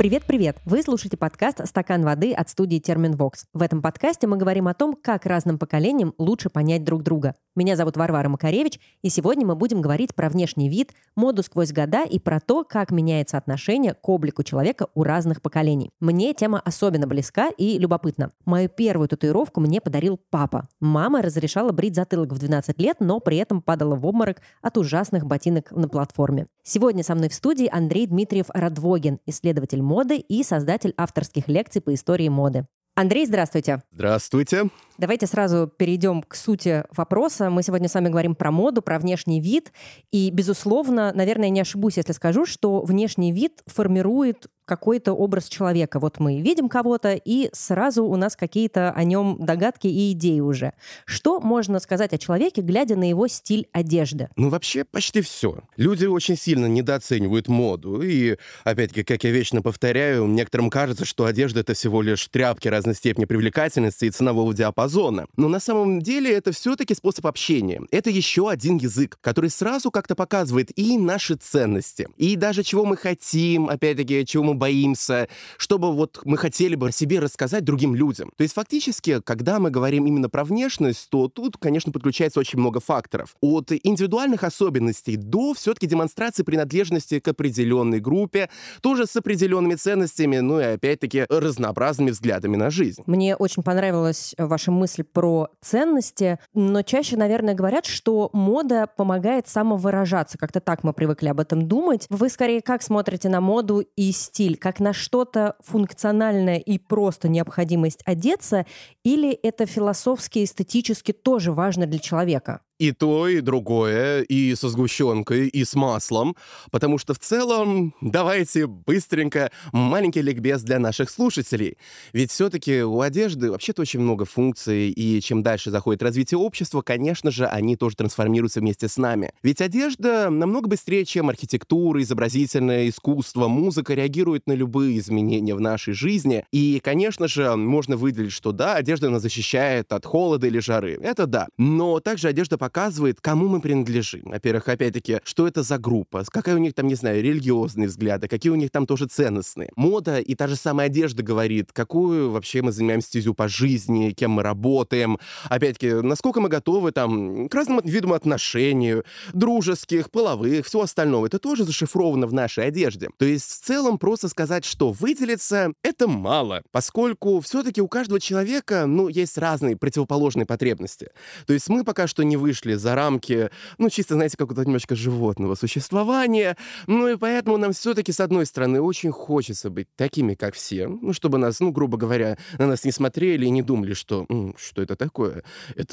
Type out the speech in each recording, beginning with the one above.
Привет-привет! Вы слушаете подкаст «Стакан воды» от студии Терминвокс. В этом подкасте мы говорим о том, как разным поколениям лучше понять друг друга. Меня зовут Варвара Макаревич, и сегодня мы будем говорить про внешний вид, моду сквозь года и про то, как меняется отношение к облику человека у разных поколений. Мне тема особенно близка и любопытна. Мою первую татуировку мне подарил папа. Мама разрешала брить затылок в 12 лет, но при этом падала в обморок от ужасных ботинок на платформе. Сегодня со мной в студии Андрей Дмитриев-Радвогин, исследователь моды и создатель авторских лекций по истории моды. Андрей, здравствуйте. Здравствуйте. Давайте сразу перейдем к сути вопроса. Мы сегодня с вами говорим про моду, про внешний вид. И, безусловно, наверное, не ошибусь, если скажу, что внешний вид формирует какой-то образ человека. Вот мы видим кого-то, и сразу у нас какие-то о нем догадки и идеи уже. Что можно сказать о человеке, глядя на его стиль одежды? Вообще почти все. Люди очень сильно недооценивают моду. И, опять-таки, как я вечно повторяю, некоторым кажется, что одежда — это всего лишь тряпки разной степени привлекательности и ценового диапазона. Но на самом деле это все-таки способ общения. Это еще один язык, который сразу как-то показывает и наши ценности, и даже чего мы хотим, опять-таки, чего мы боимся, чтобы вот мы хотели бы о себе рассказать другим людям. То есть фактически, когда мы говорим именно про внешность, то тут, конечно, подключается очень много факторов. От индивидуальных особенностей до все-таки демонстрации принадлежности к определенной группе, тоже с определенными ценностями, ну и опять-таки разнообразными взглядами на жизнь. Мне очень понравилась ваша мысль про ценности, но чаще, наверное, говорят, что мода помогает самовыражаться. Как-то так мы привыкли об этом думать. Вы скорее как смотрите на моду и стиль? Как на что-то функциональное и просто необходимость одеться, или это философски, эстетически тоже важно для человека? И то, и другое, и со сгущенкой, и с маслом, потому что в целом давайте быстренько маленький ликбез для наших слушателей. Ведь все-таки у одежды вообще-то очень много функций, и чем дальше заходит развитие общества, конечно же, они тоже трансформируются вместе с нами. Ведь одежда намного быстрее, чем архитектура, изобразительное искусство, музыка реагирует на любые изменения в нашей жизни. И, конечно же, можно выделить, что да, одежда нас защищает от холода или жары. Это да. Но также одежда показывает, кому мы принадлежим. Во-первых, опять-таки, что это за группа, какая у них там, не знаю, религиозные взгляды, какие у них там тоже ценностные. Мода и та же самая одежда говорит, какую вообще мы занимаем стезю по жизни, кем мы работаем. Опять-таки, насколько мы готовы там к разным видам отношений, дружеских, половых, всего остального. Это тоже зашифровано в нашей одежде. То есть, в целом, просто сказать, что выделиться, это мало, поскольку все-таки у каждого человека, есть разные противоположные потребности. То есть мы пока что не вышли за рамки, чисто, знаете, какого-то немножечко животного существования. И поэтому нам все-таки, с одной стороны, очень хочется быть такими, как все, чтобы нас, грубо говоря, на нас не смотрели и не думали, что это такое?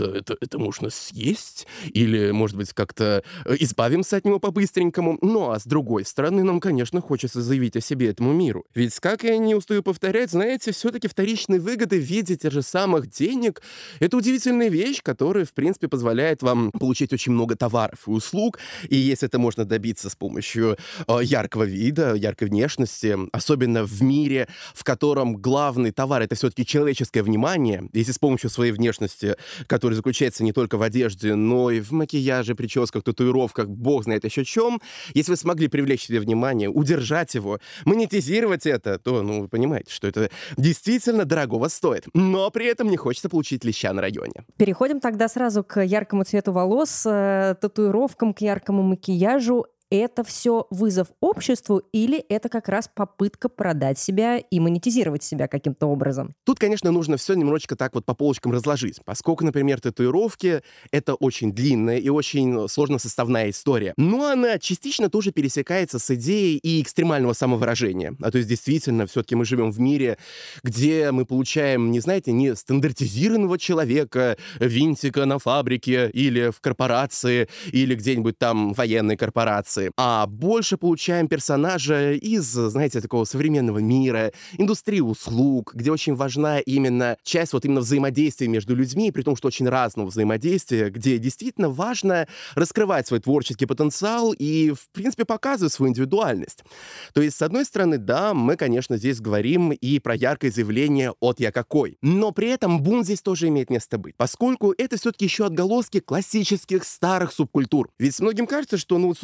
Это можно съесть? Или, может быть, как-то избавимся от него по-быстренькому? А с другой стороны, нам, конечно, хочется заявить о себе этому миру. Ведь, как я не устаю повторять, знаете, все-таки вторичные выгоды в виде тех же самых денег — это удивительная вещь, которая, в принципе, позволяет вам получить очень много товаров и услуг, и если это можно добиться с помощью яркого вида, яркой внешности, особенно в мире, в котором главный товар — это все-таки человеческое внимание, если с помощью своей внешности, которая заключается не только в одежде, но и в макияже, прическах, татуировках, бог знает еще чем, если вы смогли привлечь себе внимание, удержать его, монетизировать это, то, вы понимаете, что это действительно дорогого стоит, но при этом не хочется получить леща на районе. Переходим тогда сразу к яркому цвету волос, татуировкам, к яркому макияжу. Это все вызов обществу или это как раз попытка продать себя и монетизировать себя каким-то образом? Тут, конечно, нужно все немножечко так вот по полочкам разложить, поскольку, например, татуировки — это очень длинная и очень сложносоставная история. Но она частично тоже пересекается с идеей и экстремального самовыражения. То есть, действительно, все-таки мы живем в мире, где мы получаем, не стандартизированного человека, винтика на фабрике или в корпорации, или где-нибудь там военной корпорации, а больше получаем персонажа из, такого современного мира, индустрии услуг, где очень важна именно часть именно взаимодействия между людьми, при том, что очень разного взаимодействия, где действительно важно раскрывать свой творческий потенциал и, в принципе, показывать свою индивидуальность. То есть, с одной стороны, да, мы, конечно, здесь говорим и про яркое заявление «от я какой», но при этом бунт здесь тоже имеет место быть, поскольку это все-таки еще отголоски классических старых субкультур. Ведь многим кажется, что субкультура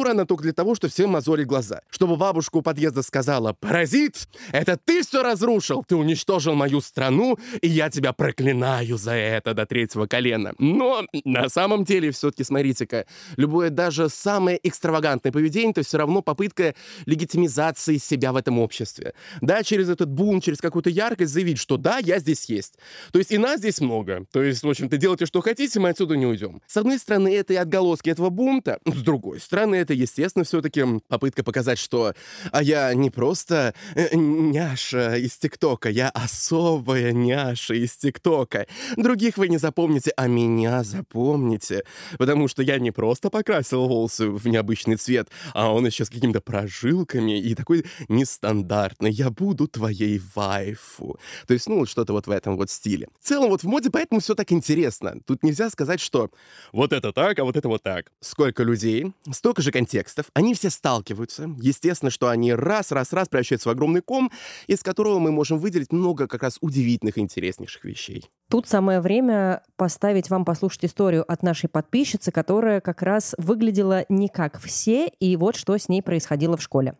фигура, она только для того, чтобы всем мозолить глаза. Чтобы бабушка у подъезда сказала: «Паразит, это ты все разрушил, ты уничтожил мою страну, и я тебя проклинаю за это до третьего колена». Но на самом деле, все-таки, смотрите-ка, любое даже самое экстравагантное поведение, это все равно попытка легитимизации себя в этом обществе. Да, через этот бунт, через какую-то яркость заявить, что да, я здесь есть. То есть и нас здесь много. То есть, в общем-то, делайте, что хотите, мы отсюда не уйдем. С одной стороны, это и отголоски этого бунта, с другой стороны, это, естественно, все-таки попытка показать, что я не просто няша из ТикТока, я особая няша из ТикТока. Других вы не запомните, а меня запомните. Потому что я не просто покрасил волосы в необычный цвет, а он еще с какими-то прожилками и такой нестандартный. Я буду твоей вайфу. То есть, ну, вот что-то вот в этом вот стиле. В целом, вот в моде поэтому все так интересно. Тут нельзя сказать, что вот это так, а вот это вот так. Сколько людей, столько же контекстов, они все сталкиваются. Естественно, что они раз превращаются в огромный ком, из которого мы можем выделить много как раз удивительных и интереснейших вещей. Тут самое время поставить вам послушать историю от нашей подписчицы, которая как раз выглядела не как все, и вот что с ней происходило в школе.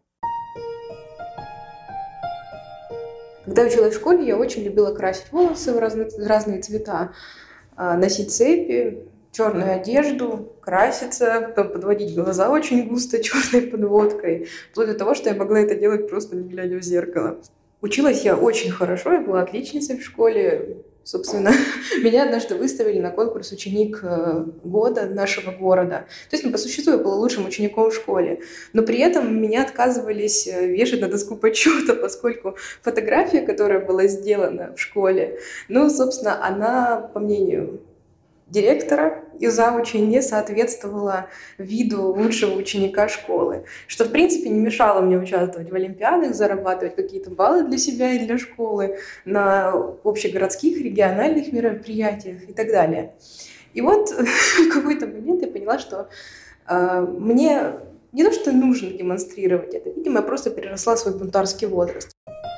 Когда училась в школе, я очень любила красить волосы в разные цвета, носить цепи, черную одежду, краситься, потом подводить глаза очень густо черной подводкой, вплоть до того, что я могла это делать просто не глядя в зеркало. Училась я очень хорошо, я была отличницей в школе. Собственно, меня однажды выставили на конкурс «Ученик года» нашего города. То есть, по существу, я была лучшим учеником в школе. Но при этом меня отказывались вешать на доску почета, поскольку фотография, которая была сделана в школе, собственно, она, по мнению директора и завуча, не соответствовала виду лучшего ученика школы, что, в принципе, не мешало мне участвовать в олимпиадах, зарабатывать какие-то баллы для себя и для школы на общегородских, региональных мероприятиях и так далее. И вот в какой-то момент я поняла, что мне не то, что нужно демонстрировать это, видимо, я просто переросла свой бунтарский возраст.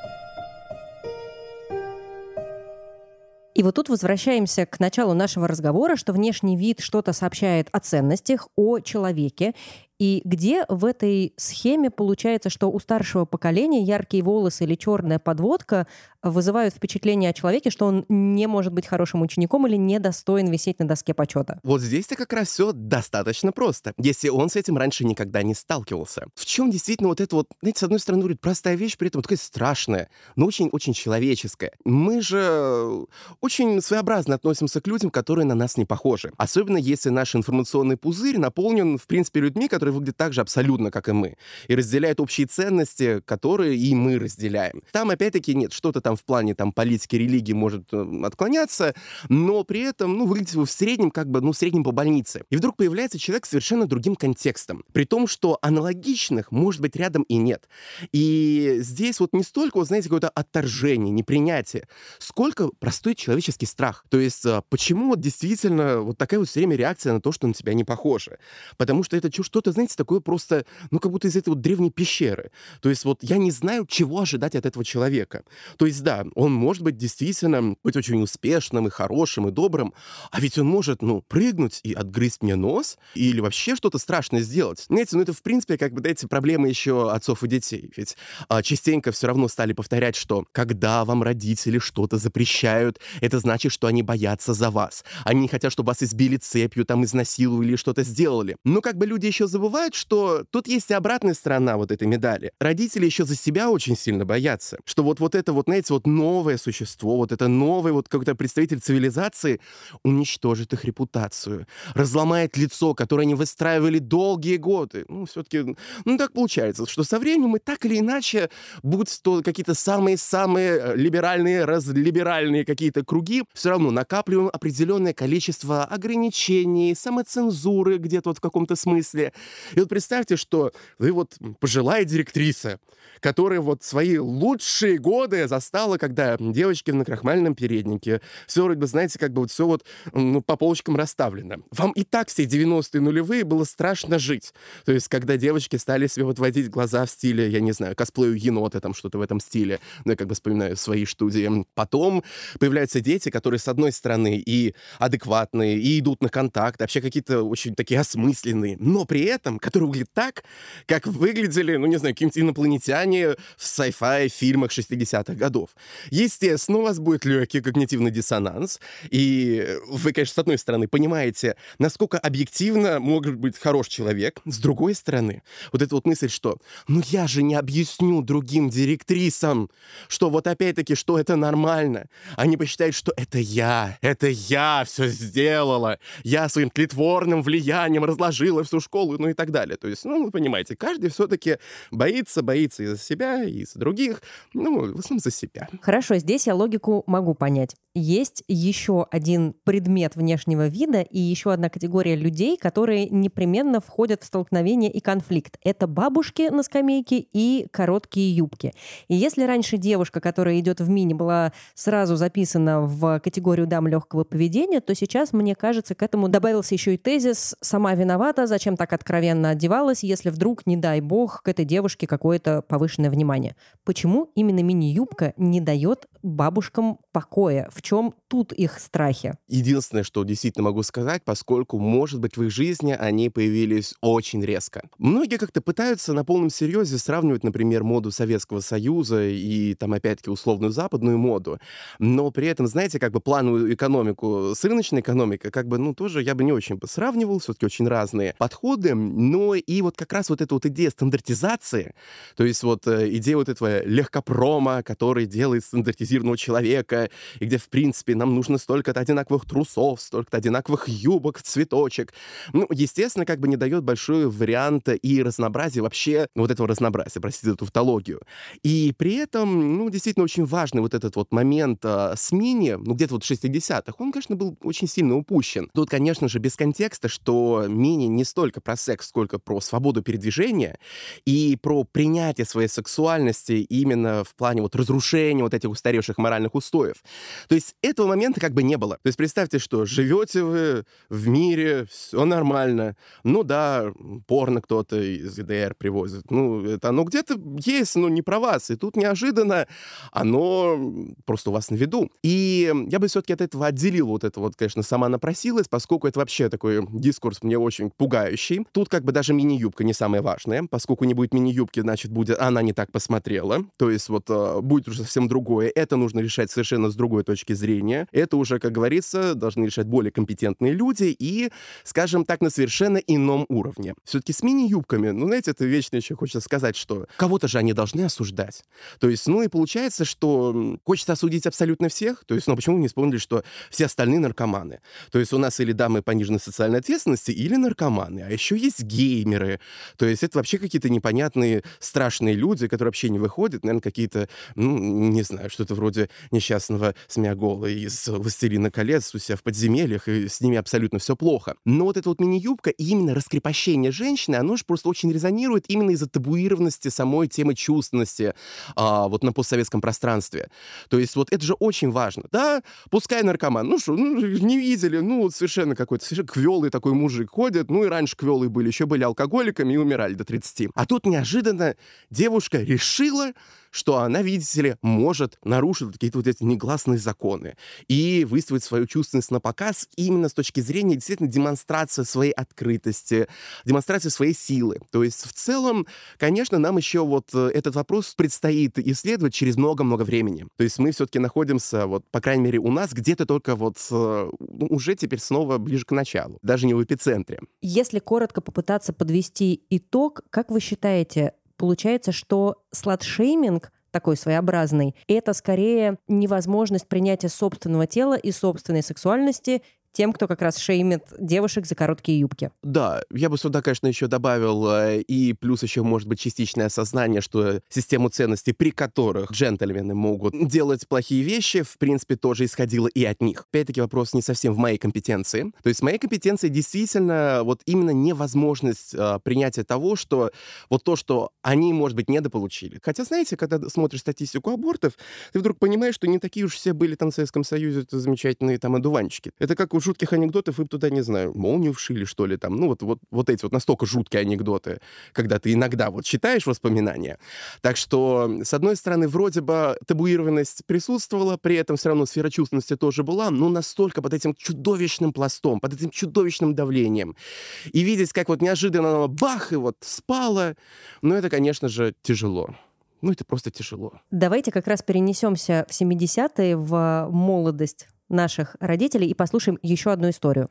И вот тут возвращаемся к началу нашего разговора, что внешний вид что-то сообщает о ценностях, о человеке. И где в этой схеме получается, что у старшего поколения яркие волосы или черная подводка вызывают впечатление о человеке, что он не может быть хорошим учеником или недостоин висеть на доске почета? Вот здесь-то как раз все достаточно просто, если он с этим раньше никогда не сталкивался. В чем действительно вот это вот, знаете, с одной стороны, говорит, простая вещь, при этом вот такая страшная, но очень-очень человеческая. Мы же очень своеобразно относимся к людям, которые на нас не похожи. Особенно если наш информационный пузырь наполнен, в принципе, людьми, которые выглядят так же абсолютно, как и мы, и разделяют общие ценности, которые и мы разделяем. Там, опять-таки, нет, что-то там в плане там политики, религии может отклоняться, но при этом, выглядит его в среднем, в среднем по больнице. И вдруг появляется человек с совершенно другим контекстом, при том, что аналогичных, может быть, рядом и нет. И здесь вот не столько, знаете, какое-то отторжение, непринятие, сколько простой человеческий страх. То есть, почему вот действительно вот такая вот все время реакция на то, что на тебя не похоже? Потому что это что-то, знаете, такое просто, как будто из этой вот древней пещеры. То есть вот я не знаю, чего ожидать от этого человека. То есть да, он может быть действительно быть очень успешным и хорошим и добрым, а ведь он может, прыгнуть и отгрызть мне нос или вообще что-то страшное сделать. Знаете, это в принципе эти проблемы еще отцов и детей. Ведь частенько все равно стали повторять, что когда вам родители что-то запрещают, это значит, что они боятся за вас. Они не хотят, чтобы вас избили цепью, изнасиловали или что-то сделали. Но люди еще забывают, что тут есть и обратная сторона вот этой медали. Родители еще за себя очень сильно боятся, что вот это новое существо, вот это новый какой-то представитель цивилизации уничтожит их репутацию, разломает лицо, которое они выстраивали долгие годы. Все-таки, так получается, что со временем мы так или иначе, будь то какие-то самые-самые либеральные, разлиберальные какие-то круги, все равно накапливаем определенное количество ограничений, самоцензуры где-то в каком-то смысле. И представьте, что вы пожилая директриса, которая свои лучшие годы застала, когда девочки в накрахмальном переднике. Все вроде бы, знаете, все по полочкам расставлено. Вам и так все 90-е нулевые было страшно жить. То есть, когда девочки стали себе водить глаза в стиле, я не знаю, косплею енота, что-то в этом стиле. Я вспоминаю свои студии. Потом появляются дети, которые, с одной стороны, и адекватные, и идут на контакт, вообще какие-то очень такие осмысленные. Но при цветом, который выглядит так, как выглядели, ну, не знаю, какие-нибудь инопланетяне в sci-fi фильмах 60-х годов. Естественно, у вас будет легкий когнитивный диссонанс, и вы, конечно, с одной стороны, понимаете, насколько объективно может быть хороший человек, с другой стороны, вот эта вот мысль, что «ну я же не объясню другим директрисам, что вот опять-таки, что это нормально». Они посчитают, что это я все сделала, я своим тлетворным влиянием разложила всю школу, ну и так далее. То есть, ну, вы понимаете, каждый все-таки боится и за себя, и за других, ну, в основном за себя. Хорошо, здесь я логику могу понять. Есть еще один предмет внешнего вида и еще одна категория людей, которые непременно входят в столкновение и конфликт. Это бабушки на скамейке и короткие юбки. И если раньше девушка, которая идет в мини, была сразу записана в категорию дам легкого поведения, то сейчас, мне кажется, к этому добавился еще и тезис «сама виновата, зачем так откровенно одевалась, если вдруг, не дай бог, к этой девушке какое-то повышенное внимание». Почему именно мини-юбка не дает бабушкам покоя? В чем тут их страхи? Единственное, что действительно могу сказать, поскольку, может быть, в их жизни они появились очень резко. Многие как-то пытаются на полном серьезе сравнивать, например, моду Советского Союза и, там, опять-таки, условную западную моду, но при этом, знаете, как бы плановую экономику с рыночной экономикой, как бы, ну, тоже я бы не очень бы сравнивал, все-таки очень разные подходы, но и вот как раз вот эта вот идея стандартизации, то есть вот идея вот этого легкопрома, который делает стандартизированного человека, и где, в принципе, нам нужно столько-то одинаковых трусов, столько-то одинаковых юбок, цветочек. Ну, естественно, как бы не дает большой вариант и разнообразия вообще, вот этого разнообразия, простите, эту тавтологию. И при этом, ну, действительно очень важный вот этот вот момент с мини, ну, где-то вот в 60-х, он, конечно, был очень сильно упущен. Тут, конечно же, без контекста, что мини не столько про секс, сколько про свободу передвижения и про принятие своей сексуальности именно в плане вот разрушения вот этих устаревших моральных устоев. То есть этого момента как бы не было. То есть представьте, что живете вы в мире, все нормально. Ну да, порно кто-то из ГДР привозит. Ну, это оно где-то есть, но не про вас. И тут неожиданно оно просто у вас на виду. И я бы все-таки от этого отделил вот это вот, конечно, сама напросилась, поскольку это вообще такой дискурс мне очень пугающий. Тут как бы даже мини-юбка не самое важное. Поскольку не будет мини-юбки, значит, будет она не так посмотрела. То есть вот будет уже совсем другое. Это нужно решать совершенно с другой точки зрения. Это уже, как говорится, должны решать более компетентные люди и, скажем так, на совершенно ином уровне. Все-таки с мини-юбками, ну, знаете, это вечно еще хочется сказать, что кого-то же они должны осуждать. То есть, ну, и получается, что хочется осудить абсолютно всех. То есть, ну, почему вы не вспомнили, что все остальные наркоманы? То есть у нас или дамы пониженной социальной ответственности, или наркоманы. А еще есть геймеры. То есть это вообще какие-то непонятные, страшные люди, которые вообще не выходят. Наверное, какие-то, ну, не знаю, что-то вроде несчастного Смеягола из «Властелина колец» у себя в подземельях, и с ними абсолютно все плохо. Но вот эта вот мини-юбка и именно раскрепощение женщины, оно же просто очень резонирует именно из-за табуированности самой темы чувственности вот на постсоветском пространстве. То есть вот это же очень важно. Да, пускай наркоман, ну что, ну, не видели, ну вот совершенно какой-то совершенно квелый такой мужик ходит, ну и раньше квелые были, еще были алкоголиками и умирали до 30. А тут неожиданно девушка решила, что она, видите ли, может нарушить какие-то вот эти негласные законы и выставить свою чувственность на показ именно с точки зрения действительно демонстрации своей открытости, демонстрации своей силы. То есть в целом, конечно, нам еще вот этот вопрос предстоит исследовать через много-много времени. То есть мы все-таки находимся, вот, по крайней мере, у нас где-то только вот уже теперь снова ближе к началу, даже не в эпицентре. Если коротко попытаться подвести итог, как вы считаете, получается, что слат-шейминг такой своеобразный, это скорее невозможность принятия собственного тела и собственной сексуальности тем, кто как раз шеймит девушек за короткие юбки. Да, я бы сюда, конечно, еще добавил и плюс еще, может быть, частичное осознание, что систему ценностей, при которых джентльмены могут делать плохие вещи, в принципе, тоже исходило и от них. Опять-таки, вопрос не совсем в моей компетенции. То есть в моей компетенции действительно вот именно невозможность принятия того, что вот то, что они, может быть, недополучили. Хотя, знаете, когда смотришь статистику абортов, ты вдруг понимаешь, что не такие уж все были там в Советском Союзе, это замечательные там одуванчики. Это как вот жутких анекдотов вы бы туда, не знаю, молнию вшили, что ли, там, ну, вот эти вот настолько жуткие анекдоты, когда ты иногда вот читаешь воспоминания. Так что, с одной стороны, вроде бы табуированность присутствовала, при этом все равно сфера чувственности тоже была, но настолько под этим чудовищным пластом, под этим чудовищным давлением. И видеть, как вот неожиданно оно бах, и вот спало, ну, это, конечно же, тяжело. Ну, это просто тяжело. Давайте как раз перенесемся в 70-е, в молодость наших родителей и послушаем еще одну историю.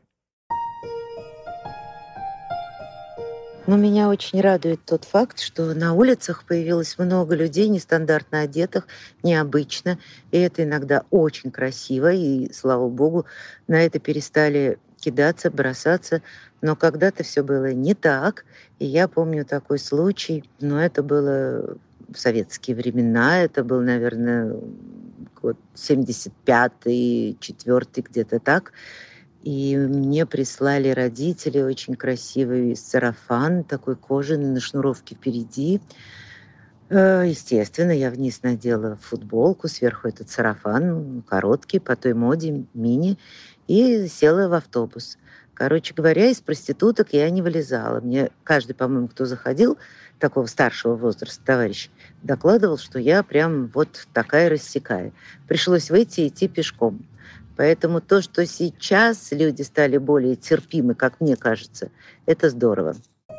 Но меня очень радует тот факт, что на улицах появилось много людей нестандартно одетых, необычно. И это иногда очень красиво, и, слава богу, на это перестали кидаться, бросаться. Но когда-то все было не так. И я помню такой случай, но это было в советские времена, это был, наверное, год 75-й, 4-й, где-то так. И мне прислали родители очень красивый сарафан, такой кожаный, на шнуровке впереди. Естественно, я вниз надела футболку, сверху этот сарафан, короткий, по той моде, мини, и села в автобус. Короче говоря, из проституток я не вылезала. Мне каждый, по-моему, кто заходил, такого старшего возраста товарищ, докладывал, что я прям вот такая рассекая. Пришлось выйти и идти пешком. Поэтому то, что сейчас люди стали более терпимы, как мне кажется, это здорово.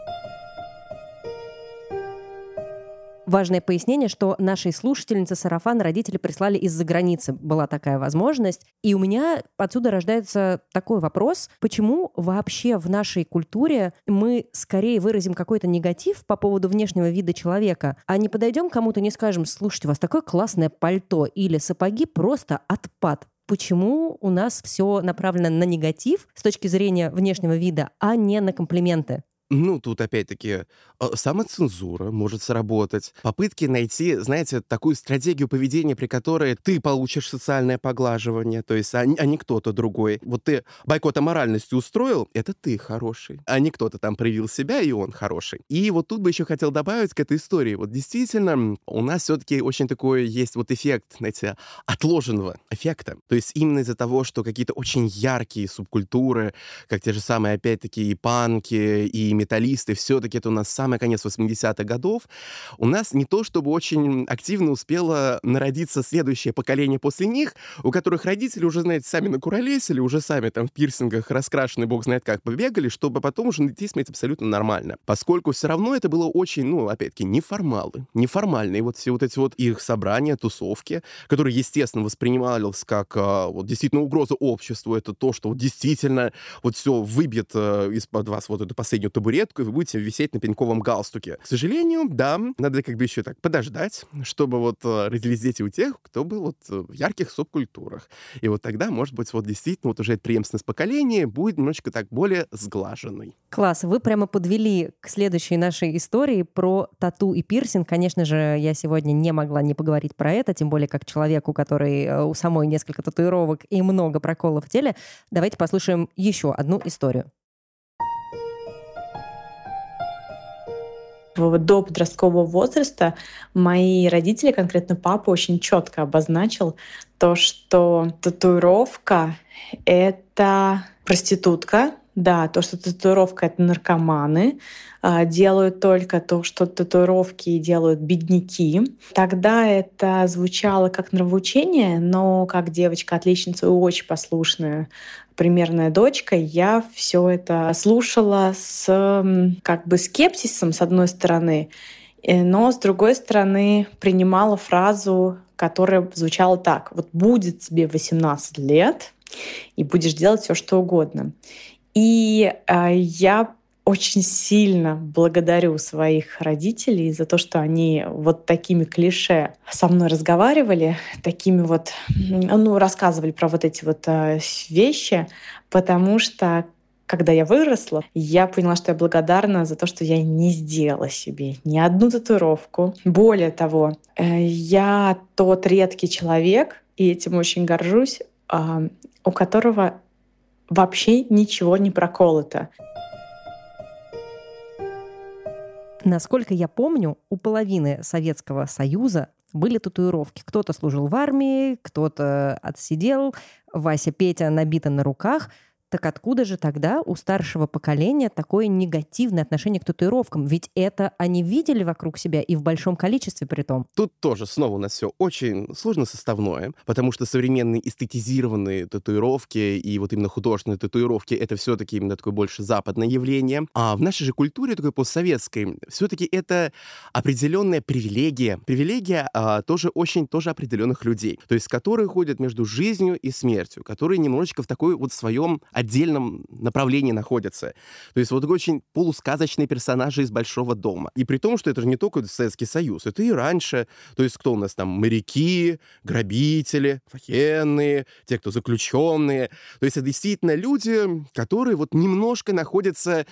Важное пояснение, что нашей слушательнице сарафан родители прислали из-за границы. Была такая возможность. И у меня отсюда рождается такой вопрос. Почему вообще в нашей культуре мы скорее выразим какой-то негатив по поводу внешнего вида человека, а не подойдем к кому-то и не скажем: слушайте, у вас такое классное пальто или сапоги просто отпад. Почему у нас все направлено на негатив с точки зрения внешнего вида, а не на комплименты? Ну, тут опять-таки самоцензура может сработать. Попытки найти, знаете, такую стратегию поведения, при которой ты получишь социальное поглаживание, то есть, а не кто-то другой. Вот ты бойкот аморальности устроил, это ты хороший. А не кто-то там проявил себя, и он хороший. И вот тут бы еще хотел добавить к этой истории. Вот действительно, у нас все-таки очень такой есть вот эффект, знаете, отложенного эффекта. То есть именно из-за того, что какие-то очень яркие субкультуры, как те же самые, опять-таки, и панки, и металлисты, все-таки это у нас самый конец 80-х годов, у нас не то чтобы очень активно успело народиться следующее поколение после них, у которых родители уже, знаете, сами накуролесили, уже сами там в пирсингах раскрашенные, бог знает как, побегали, чтобы потом уже идти смотреть абсолютно нормально. Поскольку все равно это было очень, ну, опять-таки, неформальные вот все вот эти вот их собрания, тусовки, которые, естественно, воспринимались как вот действительно угроза обществу, это то, что вот действительно вот все выбьет из-под вас вот эту последнюю табуретку, и вы будете висеть на пеньковом галстуке. К сожалению, да, надо как бы еще так подождать, чтобы вот разглядеть и у тех, кто был вот в ярких субкультурах. И вот тогда, может быть, вот действительно вот уже эта преемственность поколений будет немножечко так более сглаженной. Класс, вы прямо подвели к следующей нашей истории про тату и пирсинг. Конечно же, я сегодня не могла не поговорить про это, тем более как человеку, который у самой несколько татуировок и много проколов в теле. Давайте послушаем еще одну историю. До подросткового возраста мои родители, конкретно папа, очень четко обозначил то, что татуировка — это проститутка. Да, то, что татуировка — это наркоманы, делают только то, что татуировки делают бедняки. Тогда это звучало как нравоучение, но как девочка-отличница и очень послушная, примерная дочка, я все это слушала с как бы скепсисом, с одной стороны, но с другой стороны принимала фразу, которая звучала так: вот будет тебе 18 лет, и будешь делать все, что угодно. И я очень сильно благодарю своих родителей за то, что они вот такими клише со мной разговаривали, такими вот, ну, рассказывали про вот эти вот вещи, потому что когда я выросла, я поняла, что я благодарна за то, что я не сделала себе ни одну татуировку. Более того, я тот редкий человек, и этим очень горжусь, у которого вообще ничего не проколото. Насколько я помню, у половины Советского Союза были татуировки. Кто-то служил в армии, кто-то отсидел, Вася, Петя набито на руках. Так откуда же тогда у старшего поколения такое негативное отношение к татуировкам? Ведь это они видели вокруг себя и в большом количестве при том. Тут тоже снова у нас все очень сложно составное, потому что современные эстетизированные татуировки и вот именно художественные татуировки — это все-таки именно такое больше западное явление. А в нашей же культуре, такой постсоветской, все-таки это определенная привилегия. Привилегия тоже очень тоже определенных людей, то есть которые ходят между жизнью и смертью, которые немножечко в такой вот своем отдельном направлении находятся. То есть вот очень полусказочные персонажи из большого дома. И при том, что это же не только Советский Союз, это и раньше. То есть кто у нас там? Моряки, грабители, военные, те, кто заключенные. То есть это действительно люди, которые вот немножко находятся,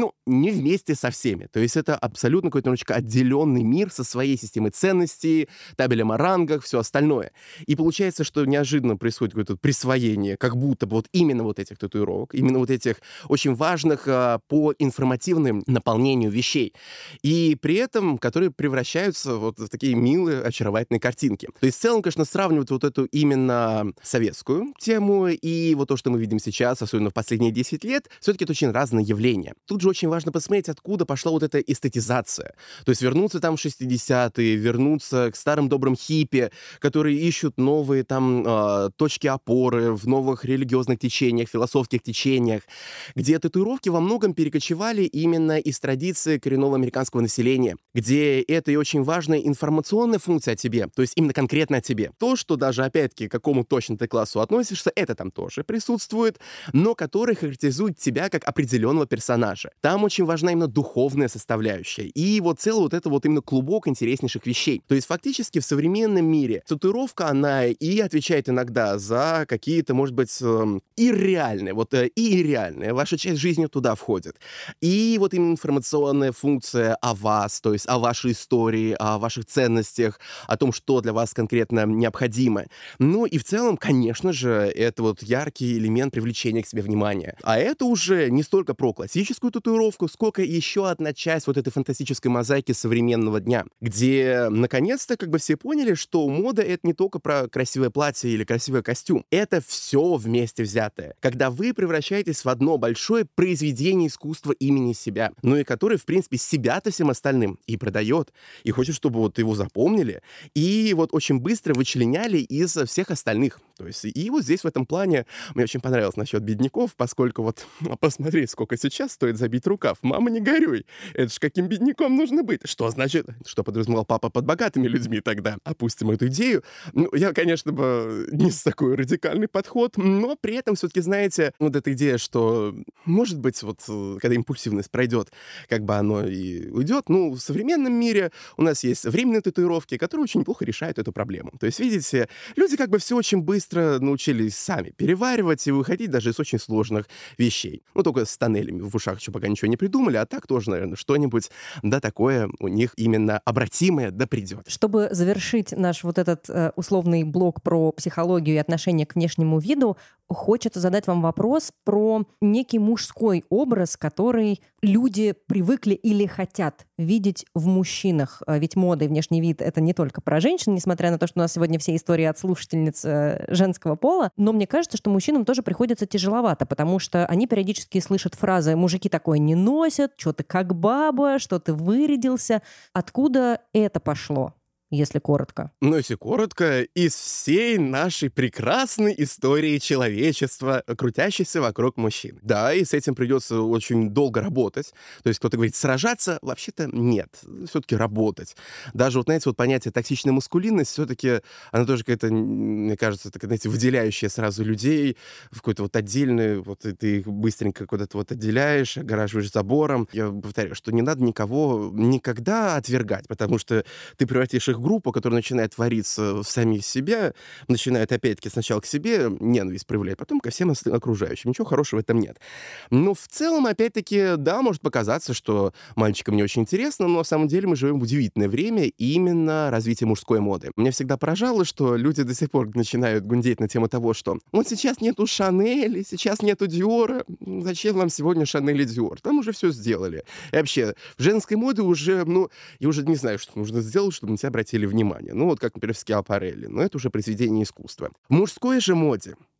не вместе со всеми. То есть это абсолютно какой-то немножечко отделенный мир со своей системой ценностей, табелем о рангах, все остальное. И получается, что неожиданно происходит какое-то присвоение, как будто бы вот именно вот этих татуировок, именно вот этих очень важных по информативным наполнению вещей. И при этом, которые превращаются вот в такие милые, очаровательные картинки. То есть в целом, конечно, сравнивать вот эту именно советскую тему и вот то, что мы видим сейчас, особенно в последние 10 лет, все-таки это очень разные явления. Тут же очень важно посмотреть, откуда пошла вот эта эстетизация. То есть вернуться там в 60-е, вернуться к старым добрым хиппи, которые ищут новые там точки опоры в новых религиозных течениях, философских течениях, где татуировки во многом перекочевали именно из традиции коренного американского населения, где это и очень важная информационная функция о тебе, то есть именно конкретно о тебе. То, что даже, опять-таки, к какому точно ты классу относишься, это там тоже присутствует, но который характеризует тебя как определенного персонажа. Там очень важна именно духовная составляющая. И вот целый вот это вот именно клубок интереснейших вещей. То есть фактически в современном мире татуировка, она и отвечает иногда за какие-то, может быть, ирреальные, и реальная. Ваша часть жизни туда входит. И вот именно информационная функция о вас, то есть о вашей истории, о ваших ценностях, о том, что для вас конкретно необходимо. Ну и в целом, конечно же, это вот яркий элемент привлечения к себе внимания. А это уже не столько про классическую татуировку, сколько еще одна часть вот этой фантастической мозаики современного дня, где наконец-то как бы все поняли, что мода — это не только про красивое платье или красивый костюм. Это все вместе взятое. Когда вы превращаетесь в одно большое произведение искусства имени себя, ну и который, в принципе, себя-то всем остальным и продает, и хочет, чтобы вот его запомнили, и вот очень быстро вычленяли из всех остальных. То есть и вот здесь в этом плане мне очень понравилось насчет бедняков, поскольку вот посмотри, сколько сейчас стоит забить рукав. Мама, не горюй. Это ж каким бедняком нужно быть? Что значит? Что подразумевал папа под богатыми людьми тогда? Опустим эту идею. Ну, я, конечно, бы не с такой радикальный подход, но при этом все-таки, знаете, вот эта идея, что, может быть, вот когда импульсивность пройдет, как бы оно и уйдет. Ну, в современном мире у нас есть временные татуировки, которые очень неплохо решают эту проблему. То есть, видите, люди как бы все очень быстро научились сами переваривать и выходить даже из очень сложных вещей. Ну, только с тоннелями в ушах еще пока ничего не придумали, а так тоже, наверное, что-нибудь, да, такое у них именно обратимое, да, придет. Чтобы завершить наш вот этот условный блок про психологию и отношение к внешнему виду, хочется задать вам вопрос про некий мужской образ, который люди привыкли или хотят видеть в мужчинах. Ведь мода и внешний вид — это не только про женщин, несмотря на то, что у нас сегодня все истории от слушательниц женского пола. Но мне кажется, что мужчинам тоже приходится тяжеловато, потому что они периодически слышат фразы «мужики такое не носят», «что ты как баба», «что ты вырядился». Откуда это пошло? Если коротко. Ну, если коротко, из всей нашей прекрасной истории человечества, крутящейся вокруг мужчин. Да, и с этим придется очень долго работать. То есть кто-то говорит, сражаться? Вообще-то нет. Все-таки работать. Даже вот, знаете, вот понятие токсичная маскулинность, все-таки она тоже какая-то, мне кажется, так, знаете, выделяющая сразу людей в какой-то вот отдельный, вот ты их быстренько куда-то вот отделяешь, огораживаешь забором. Я повторяю, что не надо никого никогда отвергать, потому что ты превратишь их группа, которая начинает твориться в самих себя, начинает опять-таки сначала к себе ненависть проявлять, потом ко всем окружающим. Ничего хорошего в этом нет. Но в целом, опять-таки, да, может показаться, что мальчикам не очень интересно, но на самом деле мы живем в удивительное время именно развития мужской моды. Меня всегда поражало, что люди до сих пор начинают гундеть на тему того, что вот сейчас нету Шанели, сейчас нету Диора, зачем вам сегодня Шанель и Диор? Там уже все сделали. И вообще, в женской моде уже, я уже не знаю, что нужно сделать, чтобы на тебя обратили внимание. Ну, вот как, например, в Скиапарелли. Но это уже произведение искусства. В мужской же моде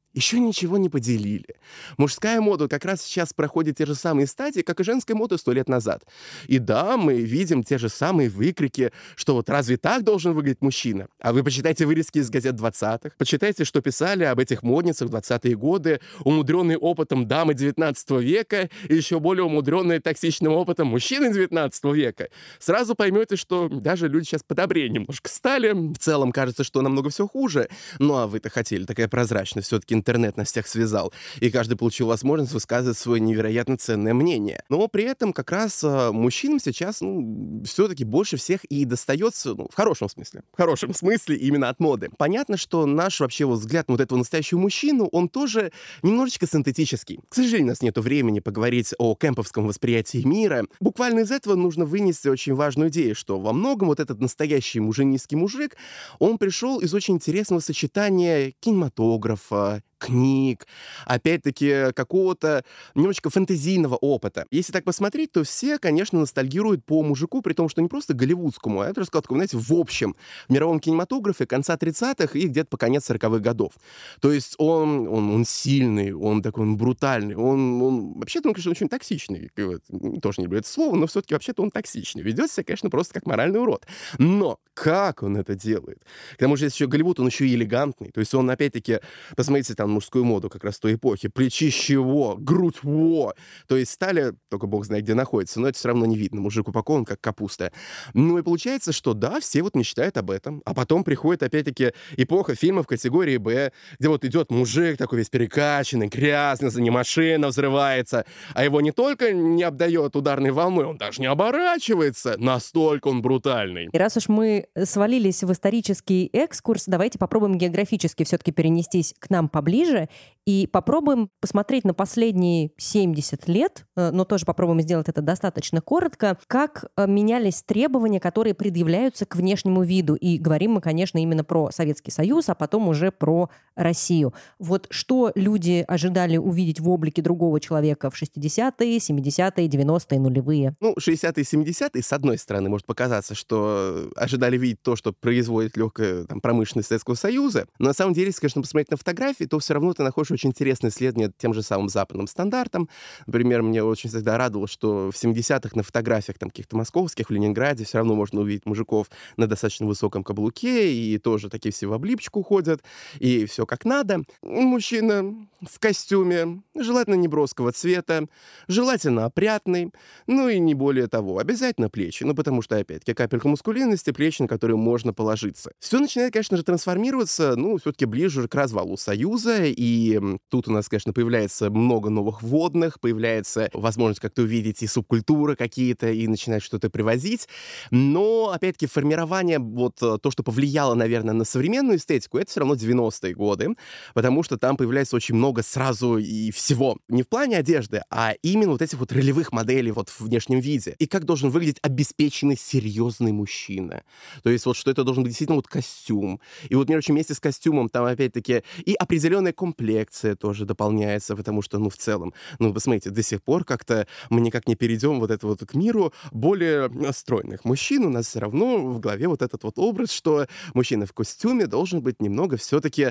еще ничего не поделили. Мужская мода как раз сейчас проходит те же самые стадии, как и женская мода 100 лет назад. И да, мы видим те же самые выкрики, что вот разве так должен выглядеть мужчина? А вы почитайте вырезки из газет 20-х, почитайте, что писали об этих модницах в 20-е годы, умудренные опытом дамы 19 века и еще более умудренные токсичным опытом мужчины 19 века. Сразу поймете, что даже люди сейчас подобрее немножко стали. В целом кажется, что намного все хуже. Ну а вы-то хотели, такая прозрачность, все-таки интернет нас всех связал, и каждый получил возможность высказывать свое невероятно ценное мнение. Но при этом как раз мужчинам сейчас, все-таки больше всех и достается, в хорошем смысле именно от моды. Понятно, что наш вообще взгляд на вот этого настоящего мужчину, он тоже немножечко синтетический. К сожалению, у нас нету времени поговорить о кэмповском восприятии мира. Буквально из этого нужно вынести очень важную идею, что во многом вот этот настоящий муженистский мужик, он пришел из очень интересного сочетания кинематографа, книг, опять-таки какого-то немножечко фэнтезийного опыта. Если так посмотреть, то все, конечно, ностальгируют по мужику, при том, что не просто голливудскому, а это раскладка, знаете, в общем, в мировом кинематографе конца 30-х и где-то по конец 40-х годов. То есть он сильный, он такой, он брутальный, он вообще-то, конечно, очень токсичный. Тоже не люблю это слово, но все-таки вообще-то он токсичный. Ведет себя, конечно, просто как моральный урод. Но как он это делает? К тому же, если еще Голливуд, он еще и элегантный. То есть он, опять-таки, посмотрите там мужскую моду как раз той эпохи. Плечище во, грудь во. То есть стали, только бог знает, где находится, но это все равно не видно. Мужик упакован, как капуста. Ну и получается, что да, все вот мечтают об этом. А потом приходит, опять-таки, эпоха фильмов категории «Б», где вот идет мужик такой весь перекачанный, грязный, за ним машина взрывается, а его не только не обдает ударной волной, он даже не оборачивается. Настолько он брутальный. И раз уж мы свалились в исторический экскурс, давайте попробуем географически все-таки перенестись к нам поближе и попробуем посмотреть на последние 70 лет, но тоже попробуем сделать это достаточно коротко, как менялись требования, которые предъявляются к внешнему виду. И говорим мы, конечно, именно про Советский Союз, а потом уже про Россию. Вот что люди ожидали увидеть в облике другого человека в 60-е, 70-е, 90-е, нулевые? 60-е, 70-е, с одной стороны, может показаться, что ожидали видеть то, что производит легкая промышленность Советского Союза, но на самом деле, если, конечно, посмотреть на фотографии, то все равно ты находишь очень интересное исследование тем же самым западным стандартам. Например, мне очень всегда радовало, что в 70-х на фотографиях каких-то московских, в Ленинграде все равно можно увидеть мужиков на достаточно высоком каблуке, и тоже такие все в облипочку ходят, и все как надо. Мужчина в костюме, желательно неброского цвета, желательно опрятный, и не более того. Обязательно плечи, потому что, опять-таки, капелька мускулинности, плечи, на которые можно положиться. Все начинает, конечно же, трансформироваться, все-таки ближе уже к развалу Союза, и тут у нас, конечно, появляется много новых вводных, появляется возможность как-то увидеть и субкультуры какие-то, и начинать что-то привозить. Но, опять-таки, формирование, то, что повлияло, наверное, на современную эстетику, это все равно 90-е годы, потому что там появляется очень много сразу и всего. Не в плане одежды, а именно этих ролевых моделей в внешнем виде. И как должен выглядеть обеспеченный, серьезный мужчина. То есть что это должен быть действительно костюм. И между прочим, вместе с костюмом там, опять-таки, и определенная комплекция тоже дополняется, потому что, в целом, посмотрите, до сих пор как-то мы никак не перейдем к миру более стройных мужчин. У нас все равно в голове этот образ, что мужчина в костюме должен быть немного все-таки,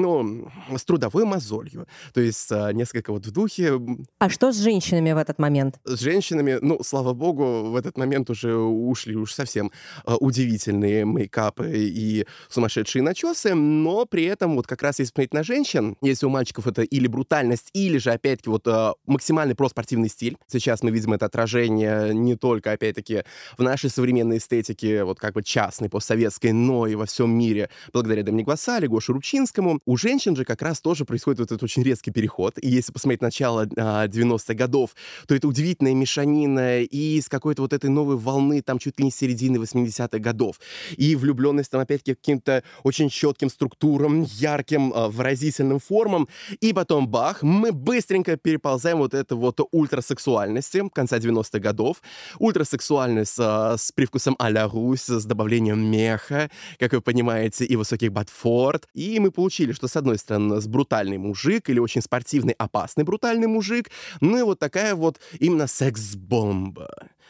с трудовой мозолью. То есть несколько в духе... А что с женщинами в этот момент? С женщинами, слава богу, в этот момент уже ушли совсем удивительные мейкапы и сумасшедшие начесы, но при этом как раз если смотреть на женщин, если у мальчиков это или брутальность, или же, опять-таки, максимальный проспортивный стиль. Сейчас мы видим это отражение не только, опять-таки, в нашей современной эстетике, частной, постсоветской, но и во всем мире, благодаря Доминику Вассали, Гоше Рубчинскому. У женщин же как раз тоже происходит этот очень резкий переход. И если посмотреть начало 90-х годов, то это удивительная мешанина и с какой-то этой новой волны, там чуть ли не середины 80-х годов. И влюбленность там, опять-таки, к каким-то очень четким структурам, ярким, выразительным формам. И потом, бах, мы быстренько переползаем это ультрасексуальности конца 90-х годов. Ультрасексуальность с привкусом а-ля Русь, с добавлением меха, как вы понимаете, и высоких ботфорд. И мы получили, что, с одной стороны, у нас брутальный мужик или очень спортивный, опасный брутальный мужик, и такая именно секс-бомба.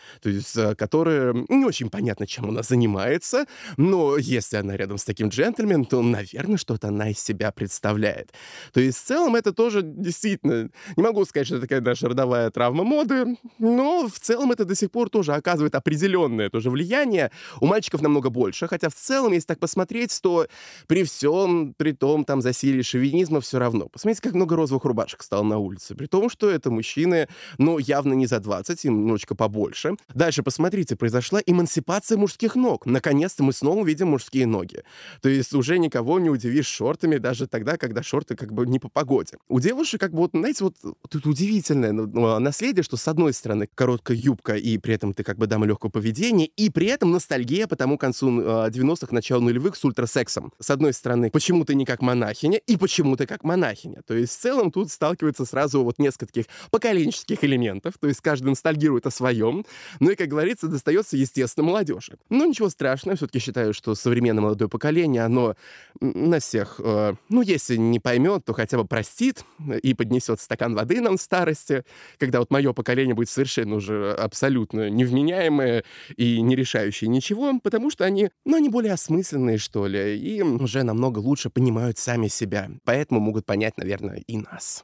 то есть которая не очень понятно, чем она занимается, но если она рядом с таким джентльменом, то, наверное, что-то она из себя представляет. То есть в целом это тоже действительно, не могу сказать, что это такая наша родовая травма моды, но в целом это до сих пор тоже оказывает определенное тоже влияние. У мальчиков намного больше, хотя в целом, если так посмотреть, то при том там засилии шовинизма все равно. Посмотрите, как много розовых рубашек стало на улице, при том, что это мужчины, явно не за 20, им немножечко побольше. Дальше, посмотрите, произошла эмансипация мужских ног. Наконец-то мы снова видим мужские ноги. То есть уже никого не удивишь шортами, даже тогда, когда шорты как бы не по погоде. У девушек как бы, знаете, тут удивительное наследие, что с одной стороны короткая юбка, и при этом ты как бы дама легкого поведения, и при этом ностальгия по тому концу 90-х, началу нулевых с ультрасексом. С одной стороны, почему ты не как монахиня, и почему ты как монахиня. То есть в целом тут сталкивается сразу несколько таких поколенческих элементов, то есть каждый ностальгирует о своем, и, как говорится, достается, естественно, молодежи. Но ничего страшного, все-таки считаю, что современное молодое поколение, оно на всех, если не поймет, то хотя бы простит и поднесет стакан воды нам в старости, когда мое поколение будет совершенно уже абсолютно невменяемое и не решающее ничего, потому что они более осмысленные, что ли, и уже намного лучше понимают сами себя, поэтому могут понять, наверное, и нас.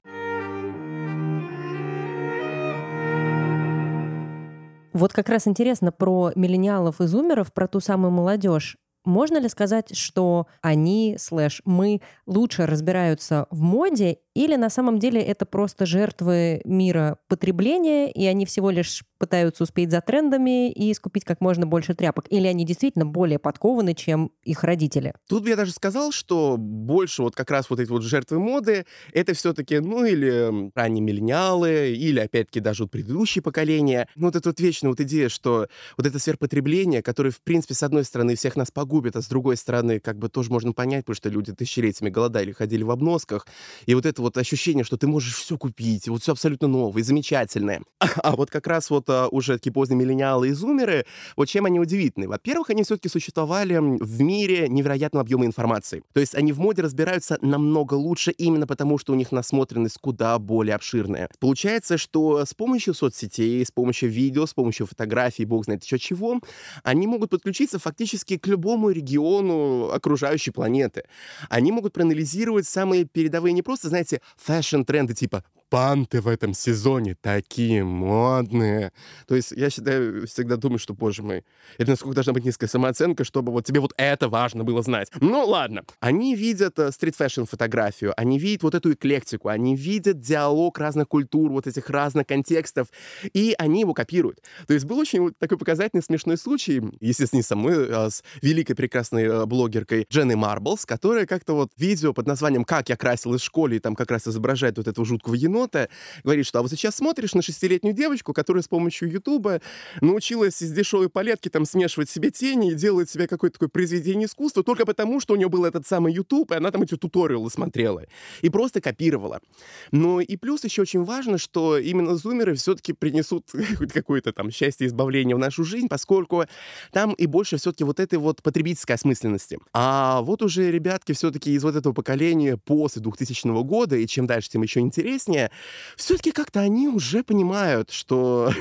Вот как раз интересно про миллениалов и зумеров, про ту самую молодежь. Можно ли сказать, что они, мы лучше разбираются в моде, или на самом деле это просто жертвы мира потребления, и они всего лишь пытаются успеть за трендами и скупить как можно больше тряпок? Или они действительно более подкованы, чем их родители? Тут бы я даже сказал, что больше как раз эти жертвы моды, это все-таки, или ранние миллениалы, или, опять-таки, даже предыдущие поколения. Это вечная идея, что это сверхпотребление, которое, в принципе, с одной стороны, всех нас погубит, а с другой стороны, как бы тоже можно понять, потому что люди тысячелетиями голодали, ходили в обносках, и это ощущение, что ты можешь все купить, все абсолютно новое, замечательное. А как раз уже такие поздние миллениалы и зумеры, чем они удивительны? Во-первых, они все-таки существовали в мире невероятного объема информации. То есть они в моде разбираются намного лучше именно потому, что у них насмотренность куда более обширная. Получается, что с помощью соцсетей, с помощью видео, с помощью фотографий, бог знает еще чего, они могут подключиться фактически к любому региону окружающей планеты. Они могут проанализировать самые передовые, не просто, знаете, фэшн-тренды типа «панты в этом сезоне такие модные». То есть я всегда думаю, что, боже мой, это насколько должна быть низкая самооценка, чтобы тебе это важно было знать. Ладно. Они видят стрит-фэшн-фотографию, они видят эту эклектику, они видят диалог разных культур, этих разных контекстов, и они его копируют. То есть был очень такой показательный смешной случай, естественно, не со мной, а с великой прекрасной блогеркой Дженной Марблс, которая как-то видео под названием «Как я красилась в школе», и там как раз изображает этого жуткого енота, говорит, что сейчас смотришь на 6-летнюю девочку, которая с помощью Ютуба научилась из дешевой палетки смешивать себе тени и делать себе какое-то такое произведение искусства только потому, что у нее был этот самый Ютуб, и она там эти туториалы смотрела и просто копировала. И плюс еще очень важно, что именно зумеры все-таки принесут какое-то счастье и избавление в нашу жизнь, поскольку там и больше все-таки этой потребительской осмысленности. А уже ребятки все-таки из этого поколения после 2000 года, и чем дальше, тем еще интереснее, все-таки как-то они уже понимают, что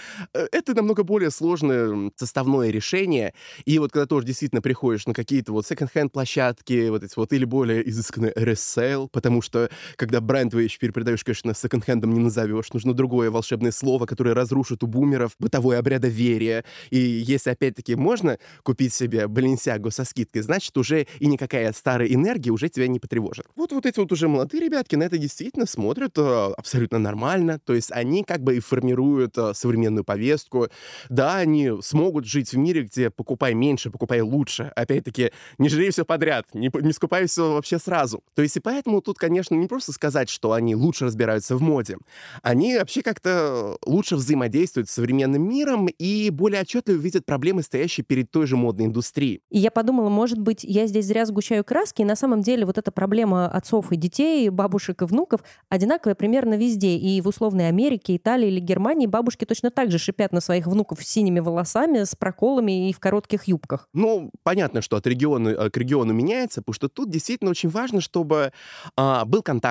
это намного более сложное составное решение. И когда тоже действительно приходишь на какие-то секонд-хенд площадки, или более изысканные resale, потому что когда бренд вещь перепродаешь, конечно, секонд-хендом не назовешь, нужно другое волшебное слово, которое разрушит у бумеров бытовое обрядоверие. И если, опять-таки, можно купить себе Balenciaga со скидкой, значит, уже и никакая старая энергия уже тебя не потревожит. Эти уже молодые ребятки на это действительно смотрят абсолютно нормально, то есть они как бы и формируют современную повестку. Да, они смогут жить в мире, где покупай меньше, покупай лучше. Опять-таки, не жри все подряд, не скупай все вообще сразу. То есть и поэтому тут, конечно, не просто сказать, что они лучше разбираются в моде. Они вообще как-то лучше взаимодействуют с современным миром и более отчетливо видят проблемы, стоящие перед той же модной индустрией. И я подумала, может быть, я здесь зря сгущаю краски, и на самом деле эта проблема отцов и детей, бабушек и внуков одинаковая примерно везде. И в условной Америке, Италии или Германии бабушки точно так же шипят на своих внуков с синими волосами, с проколами и в коротких юбках. Понятно, что от региона к региону меняется, потому что тут действительно очень важно, чтобы был контакт.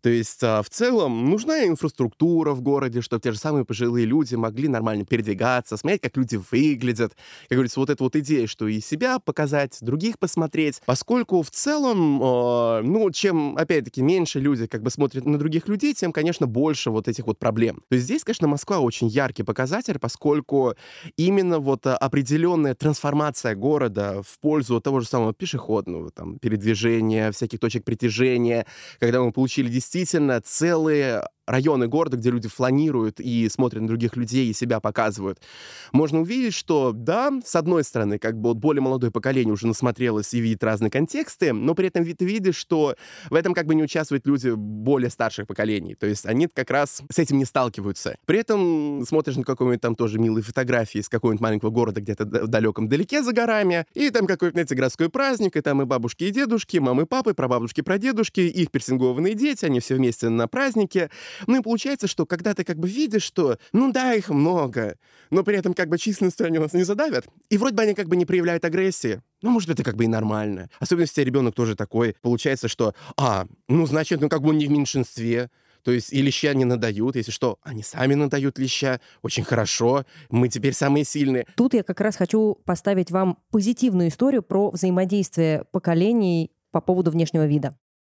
То есть в целом нужна инфраструктура в городе, чтобы те же самые пожилые люди могли нормально передвигаться, смотреть, как люди выглядят. Как говорится, вот эта вот идея, что и себя показать, других посмотреть. Поскольку в целом, чем, опять-таки, меньше люди как бы смотрят на других людей, тем, конечно, больше вот этих вот проблем. То есть здесь, конечно, Москва очень яркий показатель, поскольку именно вот определенная трансформация города в пользу того же самого пешеходного там, передвижения, всяких точек притяжения, когда мы получили действительно целые районы города, где люди фланируют и смотрят на других людей и себя показывают, можно увидеть, что, да, с одной стороны, как бы вот более молодое поколение уже насмотрелось и видит разные контексты, но при этом ты видишь, что в этом как бы не участвуют люди более старших поколений. То есть они как раз с этим не сталкиваются. При этом смотришь на какой-нибудь там тоже милые фотографии из какого-нибудь маленького города где-то в далеком далеке за горами, и там какой-то, знаете, городской праздник, и там и бабушки, и дедушки, мамы, и папы, прабабушки, прадедушки, их пирсингованные дети, они все вместе на празднике. Ну и получается, что когда ты как бы видишь, что, ну да, их много, но при этом как бы численностью они нас не задавят, и вроде бы они как бы не проявляют агрессии. Ну, может, это как бы и нормально. Особенно, если ребенок тоже такой. Получается, что, значит, как бы он не в меньшинстве. То есть и леща не надают, если что, они сами надают леща. Очень хорошо, мы теперь самые сильные. Тут я как раз хочу поставить вам позитивную историю про взаимодействие поколений по поводу внешнего вида.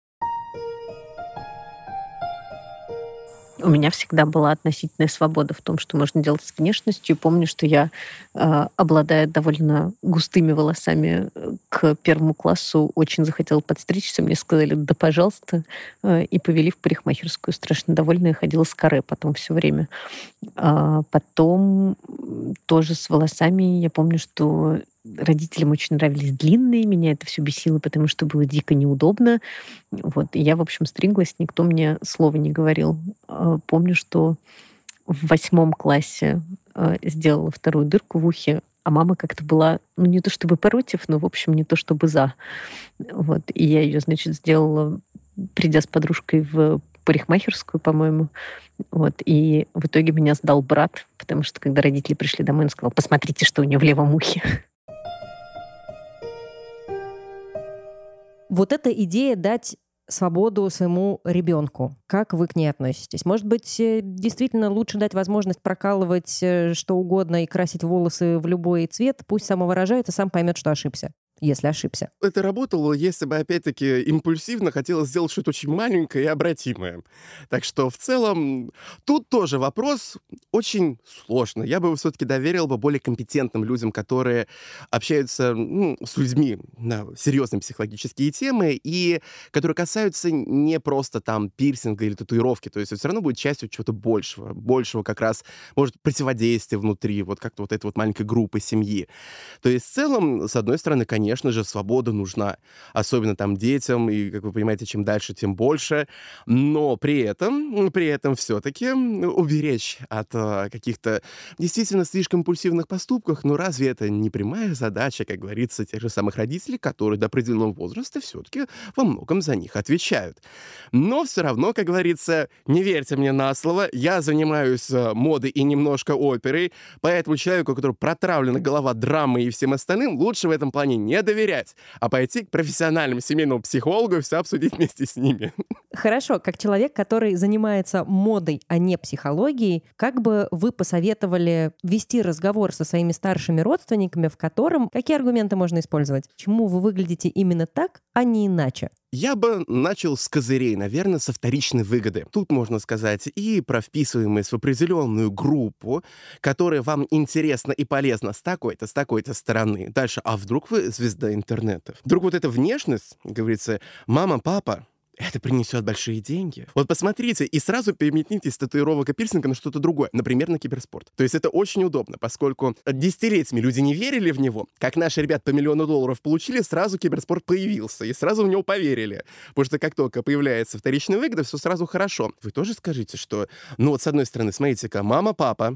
У меня всегда была относительная свобода в том, что можно делать с внешностью. Помню, что я, обладая довольно густыми волосами, к 1 классу очень захотела подстричься. Мне сказали: да, пожалуйста, и повели в парикмахерскую. Страшно довольная, ходила с каре потом все время. Потом тоже с волосами. Я помню, что родителям очень нравились длинные, меня это все бесило, потому что было дико неудобно. Вот. И я, в общем, стриглась, никто мне слова не говорил. Помню, что в 8 классе сделала 2-ю дырку в ухе, а мама как-то была, не то чтобы против, но, в общем, не то чтобы за. Вот. И я ее, значит, сделала, придя с подружкой в парикмахерскую, по-моему. Вот. И в итоге меня сдал брат, потому что, когда родители пришли домой, он сказал: посмотрите, что у нее в левом ухе. Вот эта идея дать свободу своему ребенку. Как вы к ней относитесь? Может быть, действительно лучше дать возможность прокалывать что угодно и красить волосы в любой цвет, пусть самовыражается, сам поймет, что ошибся, если ошибся. Это работало, если бы, опять-таки, импульсивно хотелось сделать что-то очень маленькое и обратимое. Так что, в целом, тут тоже вопрос очень сложный. Я бы все-таки доверил бы более компетентным людям, которые общаются с людьми на серьезные психологические темы и которые касаются не просто там пирсинга или татуировки. То есть это все равно будет частью чего-то большего как раз, может, противодействия внутри, вот как-то вот этой вот маленькой группы семьи. То есть, в целом, с одной стороны, конечно же, свобода нужна. Особенно там детям, и, как вы понимаете, чем дальше, тем больше. Но при этом все-таки уберечь от каких-то действительно слишком импульсивных поступков. Но разве это не прямая задача, как говорится, тех же самых родителей, которые до определенного возраста все-таки во многом за них отвечают? Но все равно, как говорится, не верьте мне на слово, я занимаюсь модой и немножко оперой, поэтому человеку, у которого протравлена голова драмой и всем остальным, лучше в этом плане не доверять, а пойти к профессиональному семейному психологу и все обсудить вместе с ними. Хорошо, как человек, который занимается модой, а не психологией, как бы вы посоветовали вести разговор со своими старшими родственниками, в котором какие аргументы можно использовать? Почему вы выглядите именно так, а не иначе? Я бы начал с козырей, наверное, со вторичной выгоды. Тут можно сказать и про вписываемость в определенную группу, которая вам интересна и полезна с такой-то стороны. Дальше, а вдруг вы звезда интернета? Вдруг вот эта внешность, говорится, мама, папа, это принесет большие деньги. Вот посмотрите и сразу переметните с татуировок и пирсинга на что-то другое, например, на киберспорт. То есть это очень удобно, поскольку десятилетиями люди не верили в него. Как наши ребята по $1 миллион получили, сразу киберспорт появился, и сразу в него поверили. Потому что как только появляется вторичная выгода, все сразу хорошо. Вы тоже скажите, что, с одной стороны, смотрите-ка, мама, папа,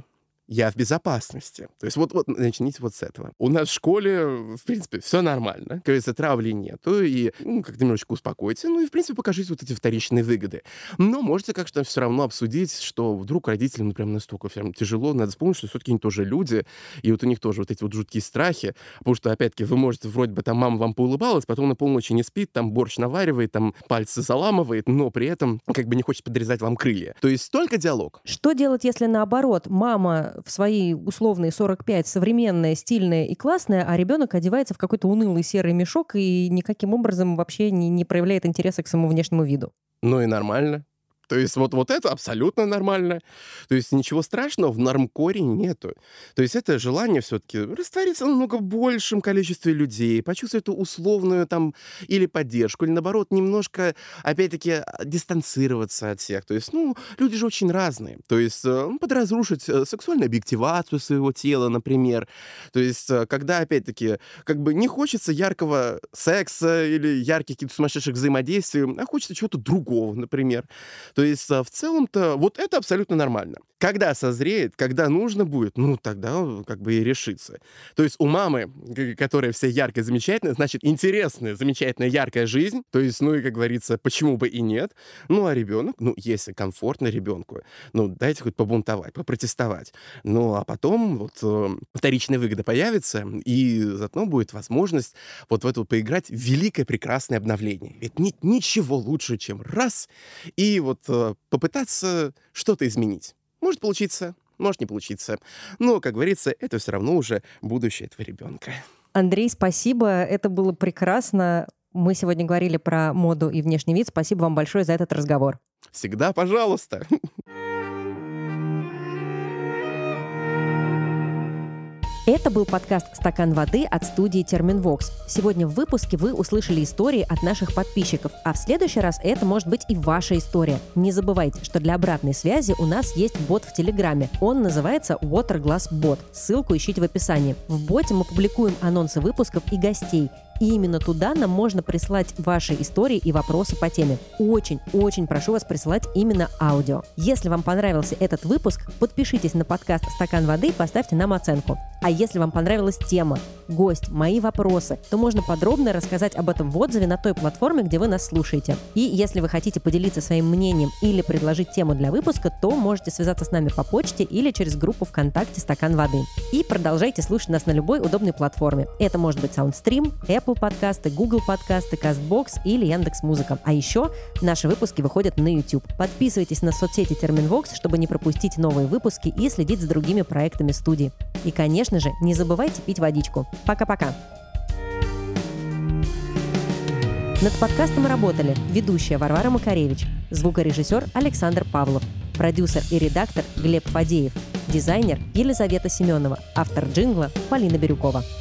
я в безопасности. То есть вот начните вот с этого. У нас в школе, в принципе, все нормально. Как говорится, травли нету, и как-то немножечко успокойте, и, в принципе, покажите вот эти вторичные выгоды. Но можете как-то все равно обсудить, что вдруг родителям, прям настолько прям тяжело, надо вспомнить, что все-таки они тоже люди, и вот у них тоже вот эти вот жуткие страхи, потому что, опять-таки, вы можете, вроде бы, там, мама вам поулыбалась, потом на полночи не спит, там, борщ наваривает, там, пальцы заламывает, но при этом, как бы, не хочет подрезать вам крылья. То есть только диалог. Что делать, если наоборот, мама в свои условные 45 современная, стильная и классная, а ребенок одевается в какой-то унылый серый мешок и никаким образом вообще не проявляет интереса к своему внешнему виду? Ну и нормально. То есть вот это абсолютно нормально. То есть ничего страшного в нормкоре нету. То есть это желание все-таки раствориться в намного большем количестве людей, почувствовать эту условную там или поддержку, или наоборот немножко, опять-таки, дистанцироваться от всех. То есть, люди же очень разные. То есть подразрушить сексуальную объективацию своего тела, например. То есть когда, опять-таки, как бы не хочется яркого секса или ярких каких-то сумасшедших взаимодействий, а хочется чего-то другого, например. То есть, в целом-то, вот это абсолютно нормально. Когда созреет, когда нужно будет, тогда как бы и решится. То есть у мамы, которая вся яркая, замечательная, значит, интересная, замечательная, яркая жизнь. То есть, и, как говорится, почему бы и нет. А ребенок, если комфортно ребенку, дайте хоть побунтовать, попротестовать. А потом вот вторичная выгода появится, и заодно будет возможность вот в это поиграть в великое прекрасное обновление. Ведь нет ничего лучше, чем раз, и вот попытаться что-то изменить. Может получиться, может не получиться. Но, как говорится, это все равно уже будущее этого ребенка. Андрей, спасибо. Это было прекрасно. Мы сегодня говорили про моду и внешний вид. Спасибо вам большое за этот разговор. Всегда пожалуйста. Это был подкаст «Стакан воды» от студии Терминвокс. Сегодня в выпуске вы услышали истории от наших подписчиков, а в следующий раз это может быть и ваша история. Не забывайте, что для обратной связи у нас есть бот в Телеграме. Он называется Waterglass Bot. Ссылку ищите в описании. В боте мы публикуем анонсы выпусков и гостей. И именно туда нам можно присылать ваши истории и вопросы по теме. Очень прошу вас присылать именно аудио. Если вам понравился этот выпуск, подпишитесь на подкаст «Стакан воды» и поставьте нам оценку. А если вам понравилась тема, гость, мои вопросы, то можно подробно рассказать об этом в отзыве на той платформе, где вы нас слушаете. И если вы хотите поделиться своим мнением или предложить тему для выпуска, то можете связаться с нами по почте или через группу ВКонтакте «Стакан воды». И продолжайте слушать нас на любой удобной платформе. Это может быть Soundstream, Apple подкасты, Google подкасты, CastBox или Яндекс.Музыка. А еще наши выпуски выходят на YouTube. Подписывайтесь на соцсети Терминвокс, чтобы не пропустить новые выпуски и следить за другими проектами студии. И, конечно же, не забывайте пить водичку. Пока-пока! Над подкастом работали ведущая Варвара Макаревич, звукорежиссер Александр Павлов, продюсер и редактор Глеб Фадеев, дизайнер Елизавета Семенова, автор джингла Полина Бирюкова.